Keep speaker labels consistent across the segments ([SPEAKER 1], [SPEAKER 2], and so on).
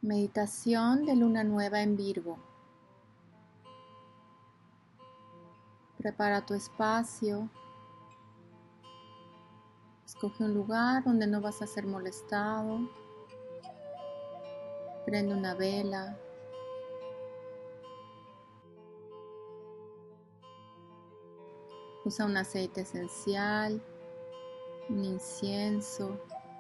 [SPEAKER 1] Meditación de luna nueva en Virgo. Prepara tu espacio. Escoge un lugar donde no vas a ser molestado. Prende una vela. Usa un aceite esencial, un incienso.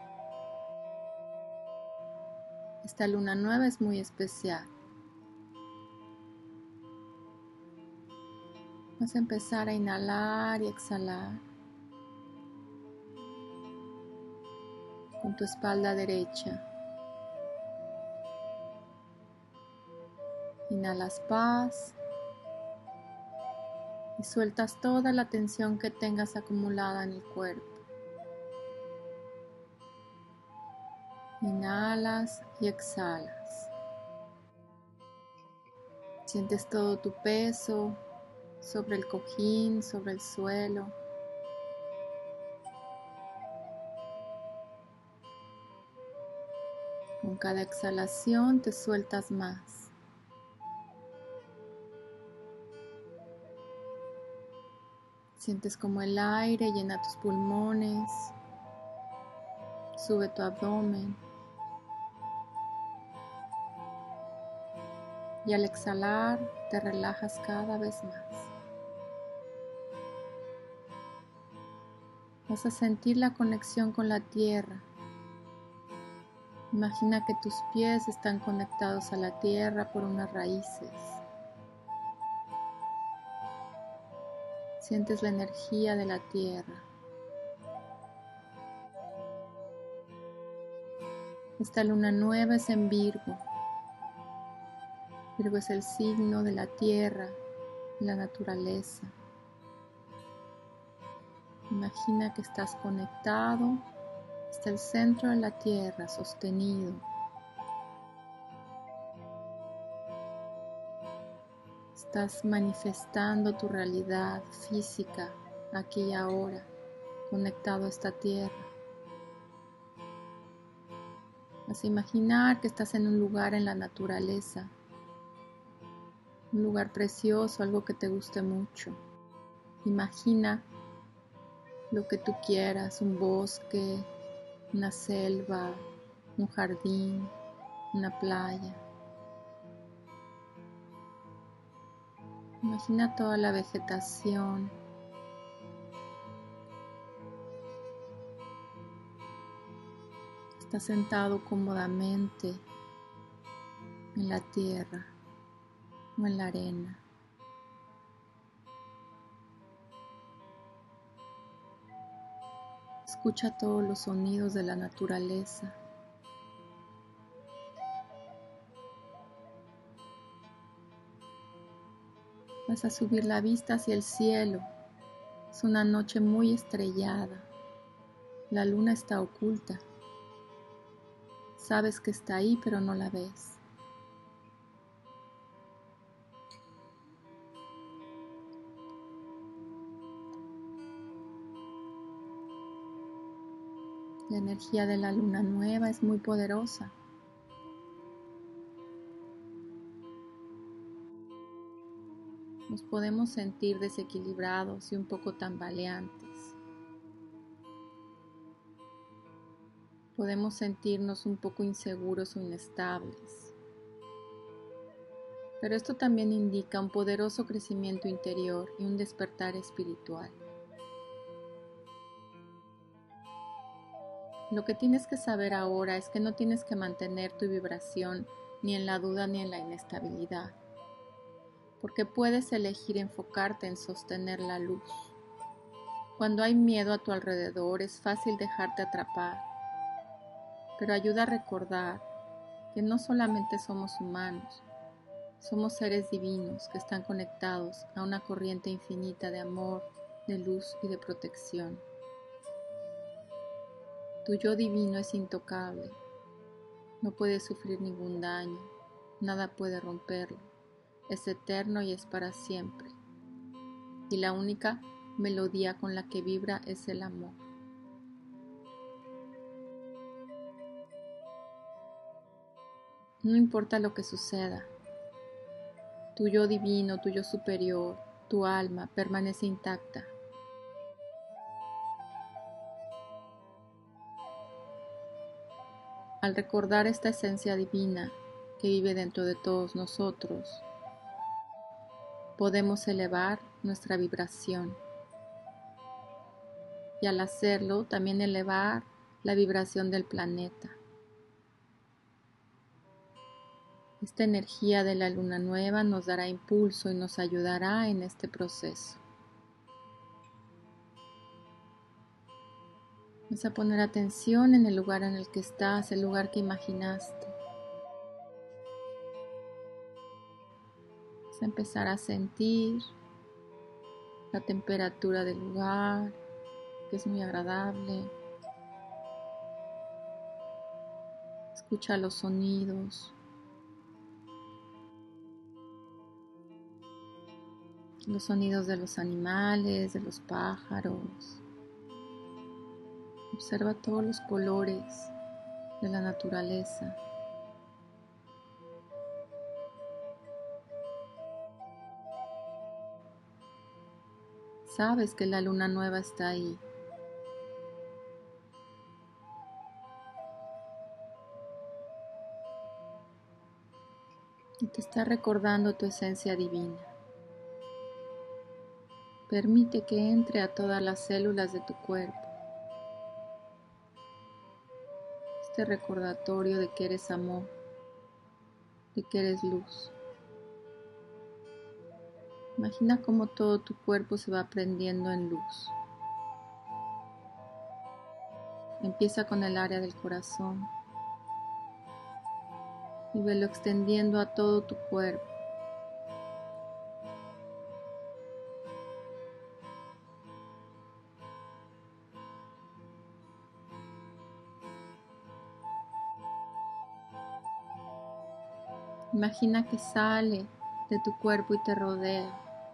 [SPEAKER 1] Esta luna nueva es muy especial. Vas a empezar a inhalar y exhalar con tu espalda derecha. Inhalas paz y sueltas toda la tensión que tengas acumulada en el cuerpo. Inhalas y exhalas. Sientes todo tu peso sobre el cojín, sobre el suelo. Con cada exhalación te sueltas más. Sientes como el aire llena tus pulmones, sube tu abdomen. Y al exhalar te relajas cada vez más. Vas a sentir la conexión con la tierra. Imagina que tus pies están conectados a la tierra por unas raíces. Sientes la energía de la tierra. Esta luna nueva es en Virgo. Virgo es el signo de la tierra, de la naturaleza. Imagina que estás conectado hasta el centro de la tierra, sostenido. Estás manifestando tu realidad física aquí y ahora, conectado a esta tierra. Vas a imaginar que estás en un lugar en la naturaleza, un lugar precioso, algo que te guste mucho. Imagina lo que tú quieras, un bosque, una selva, un jardín, una playa. Imagina toda la vegetación. Estás sentado cómodamente en la tierra o en la arena. Escucha todos los sonidos de la naturaleza. Vas a subir la vista hacia el cielo. Es una noche muy estrellada. La luna está oculta. Sabes que está ahí, pero no la ves. La energía de la luna nueva es muy poderosa. Nos podemos sentir desequilibrados y un poco tambaleantes. Podemos sentirnos un poco inseguros o inestables. Pero esto también indica un poderoso crecimiento interior y un despertar espiritual. Lo que tienes que saber ahora es que no tienes que mantener tu vibración ni en la duda ni en la inestabilidad, porque puedes elegir enfocarte en sostener la luz. Cuando hay miedo a tu alrededor es fácil dejarte atrapar, pero ayuda a recordar que no solamente somos humanos, somos seres divinos que están conectados a una corriente infinita de amor, de luz y de protección. Tu yo divino es intocable, no puede sufrir ningún daño, nada puede romperlo, es eterno y es para siempre. Y la única melodía con la que vibra es el amor. No importa lo que suceda, tu yo divino, tu yo superior, tu alma permanece intacta. Al recordar esta esencia divina que vive dentro de todos nosotros, podemos elevar nuestra vibración y al hacerlo también elevar la vibración del planeta. Esta energía de la luna nueva nos dará impulso y nos ayudará en este proceso. Vas a poner atención en el lugar en el que estás, el lugar que imaginaste. Vas a empezar a sentir la temperatura del lugar, que es muy agradable. Escucha los sonidos. Los sonidos de los animales, de los pájaros. Observa todos los colores de la naturaleza. Sabes que la luna nueva está ahí. Y te está recordando tu esencia divina. Permite que entre a todas las células de tu cuerpo. Este recordatorio de que eres amor, de que eres luz. Imagina cómo todo tu cuerpo se va prendiendo en luz. Empieza con el área del corazón y velo extendiendo a todo tu cuerpo. Imagina que sale de tu cuerpo y te rodea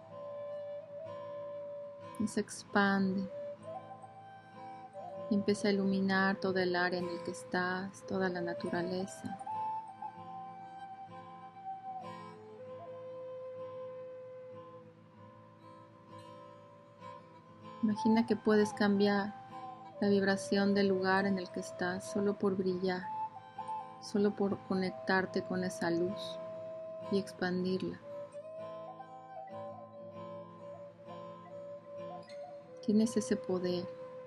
[SPEAKER 1] y se expande y empieza a iluminar todo el área en el que estás, toda la naturaleza. Imagina que puedes cambiar la vibración del lugar en el que estás solo por brillar, solo por conectarte con esa luz y expandirla. Tienes ese poder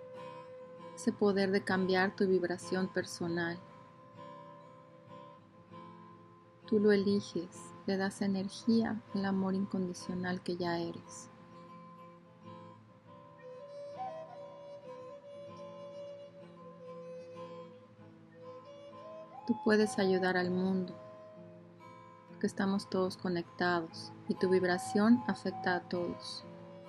[SPEAKER 1] de cambiar tu vibración personal. Tú lo eliges, le das energía al amor incondicional que ya eres. Tú puedes ayudar al mundo, porque estamos todos conectados y tu vibración afecta a todos.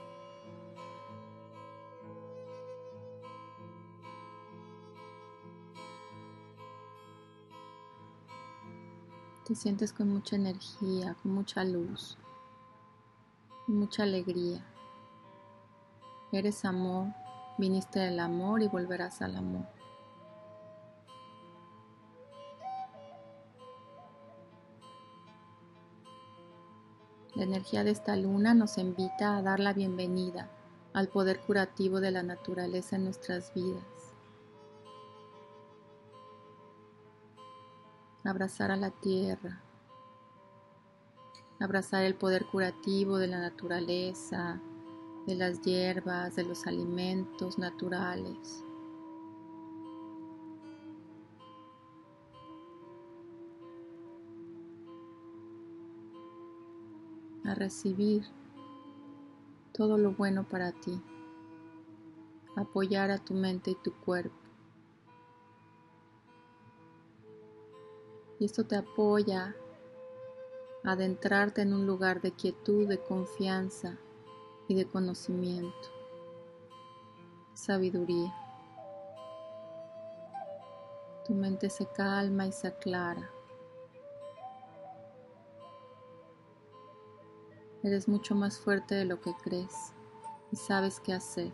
[SPEAKER 1] Te sientes con mucha energía, con mucha luz, con mucha alegría. Eres amor, viniste del amor y volverás al amor. La energía de esta luna nos invita a dar la bienvenida al poder curativo de la naturaleza en nuestras vidas. Abrazar a la tierra, abrazar el poder curativo de la naturaleza, de las hierbas, de los alimentos naturales. A recibir todo lo bueno para ti, apoyar a tu mente y tu cuerpo. Y esto te apoya a adentrarte en un lugar de quietud, de confianza y de conocimiento, sabiduría. Tu mente se calma y se aclara. Eres mucho más fuerte de lo que crees y sabes qué hacer.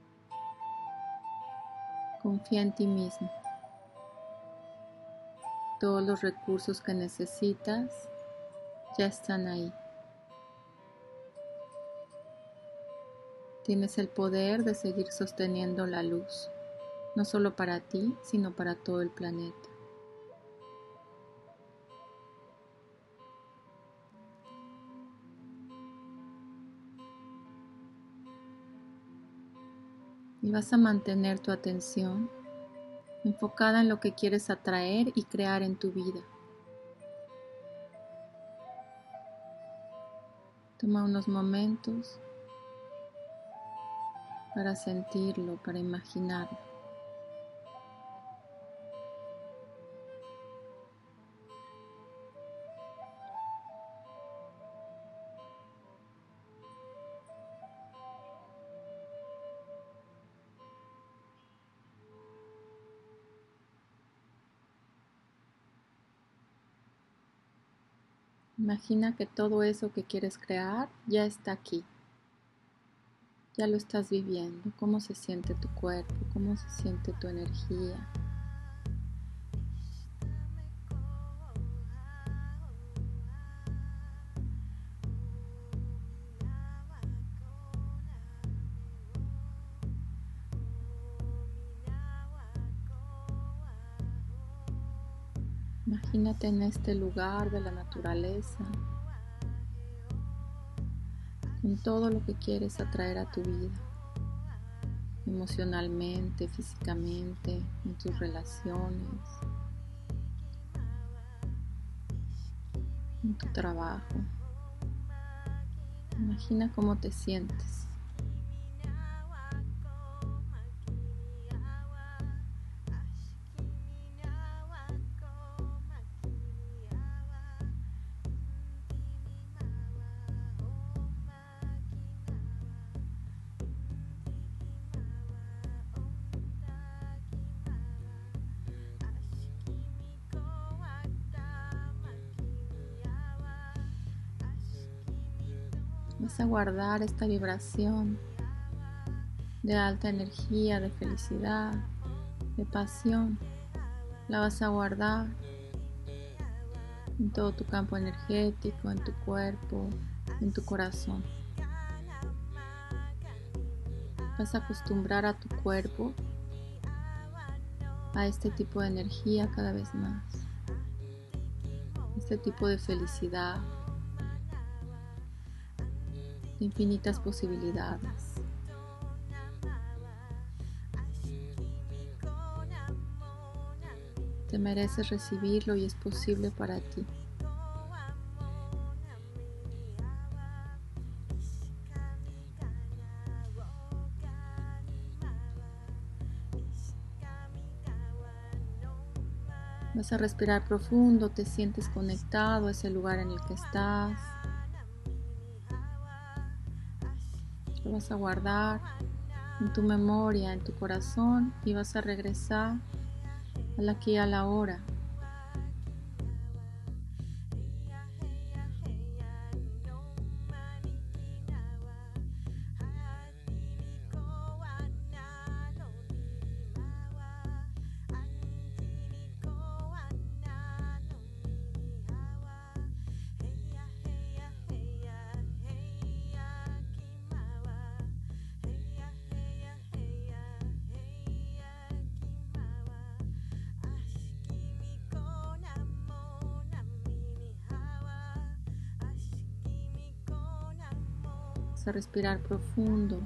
[SPEAKER 1] Confía en ti mismo. Todos los recursos que necesitas ya están ahí. Tienes el poder de seguir sosteniendo la luz, no solo para ti, sino para todo el planeta. Y vas a mantener tu atención enfocada en lo que quieres atraer y crear en tu vida. Toma unos momentos para sentirlo, para imaginarlo. Imagina que todo eso que quieres crear ya está aquí. Ya lo estás viviendo. Cómo se siente tu cuerpo, cómo se siente tu energía. Imagínate en este lugar de la naturaleza, con todo lo que quieres atraer a tu vida, emocionalmente, físicamente, en tus relaciones, en tu trabajo. Imagina cómo te sientes. Vas a guardar esta vibración de alta energía, de felicidad, de pasión. La vas a guardar en todo tu campo energético, en tu cuerpo, en tu corazón. Vas a acostumbrar a tu cuerpo a este tipo de energía cada vez más, este tipo de felicidad, de infinitas posibilidades. Te mereces recibirlo y es posible para ti. Vas a respirar profundo, te sientes conectado a ese lugar en el que estás. Lo vas a guardar en tu memoria, en tu corazón y vas a regresar al aquí y a la hora. Vas a respirar profundo.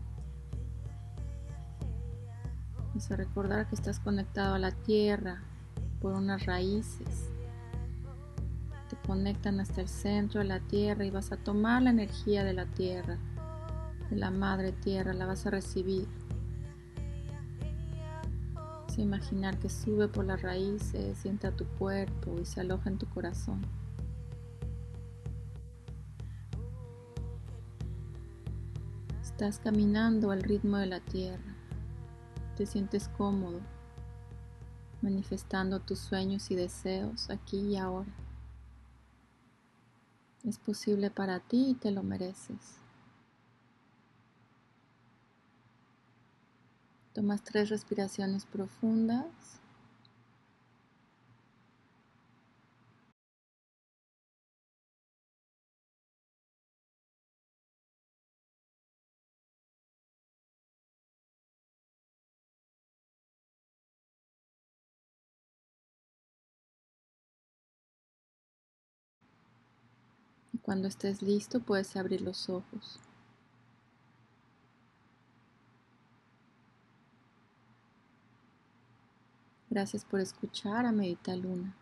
[SPEAKER 1] Vas a recordar que estás conectado a la tierra por unas raíces. Te conectan hasta el centro de la tierra y vas a tomar la energía de la tierra, de la madre tierra, la vas a recibir. Vas a imaginar que sube por las raíces, entra a tu cuerpo y se aloja en tu corazón. Estás caminando al ritmo de la tierra. Te sientes cómodo, manifestando tus sueños y deseos aquí y ahora. Es posible para ti y te lo mereces. Tomas 3 respiraciones profundas. Cuando estés listo, puedes abrir los ojos. Gracias por escuchar a Medita Luna.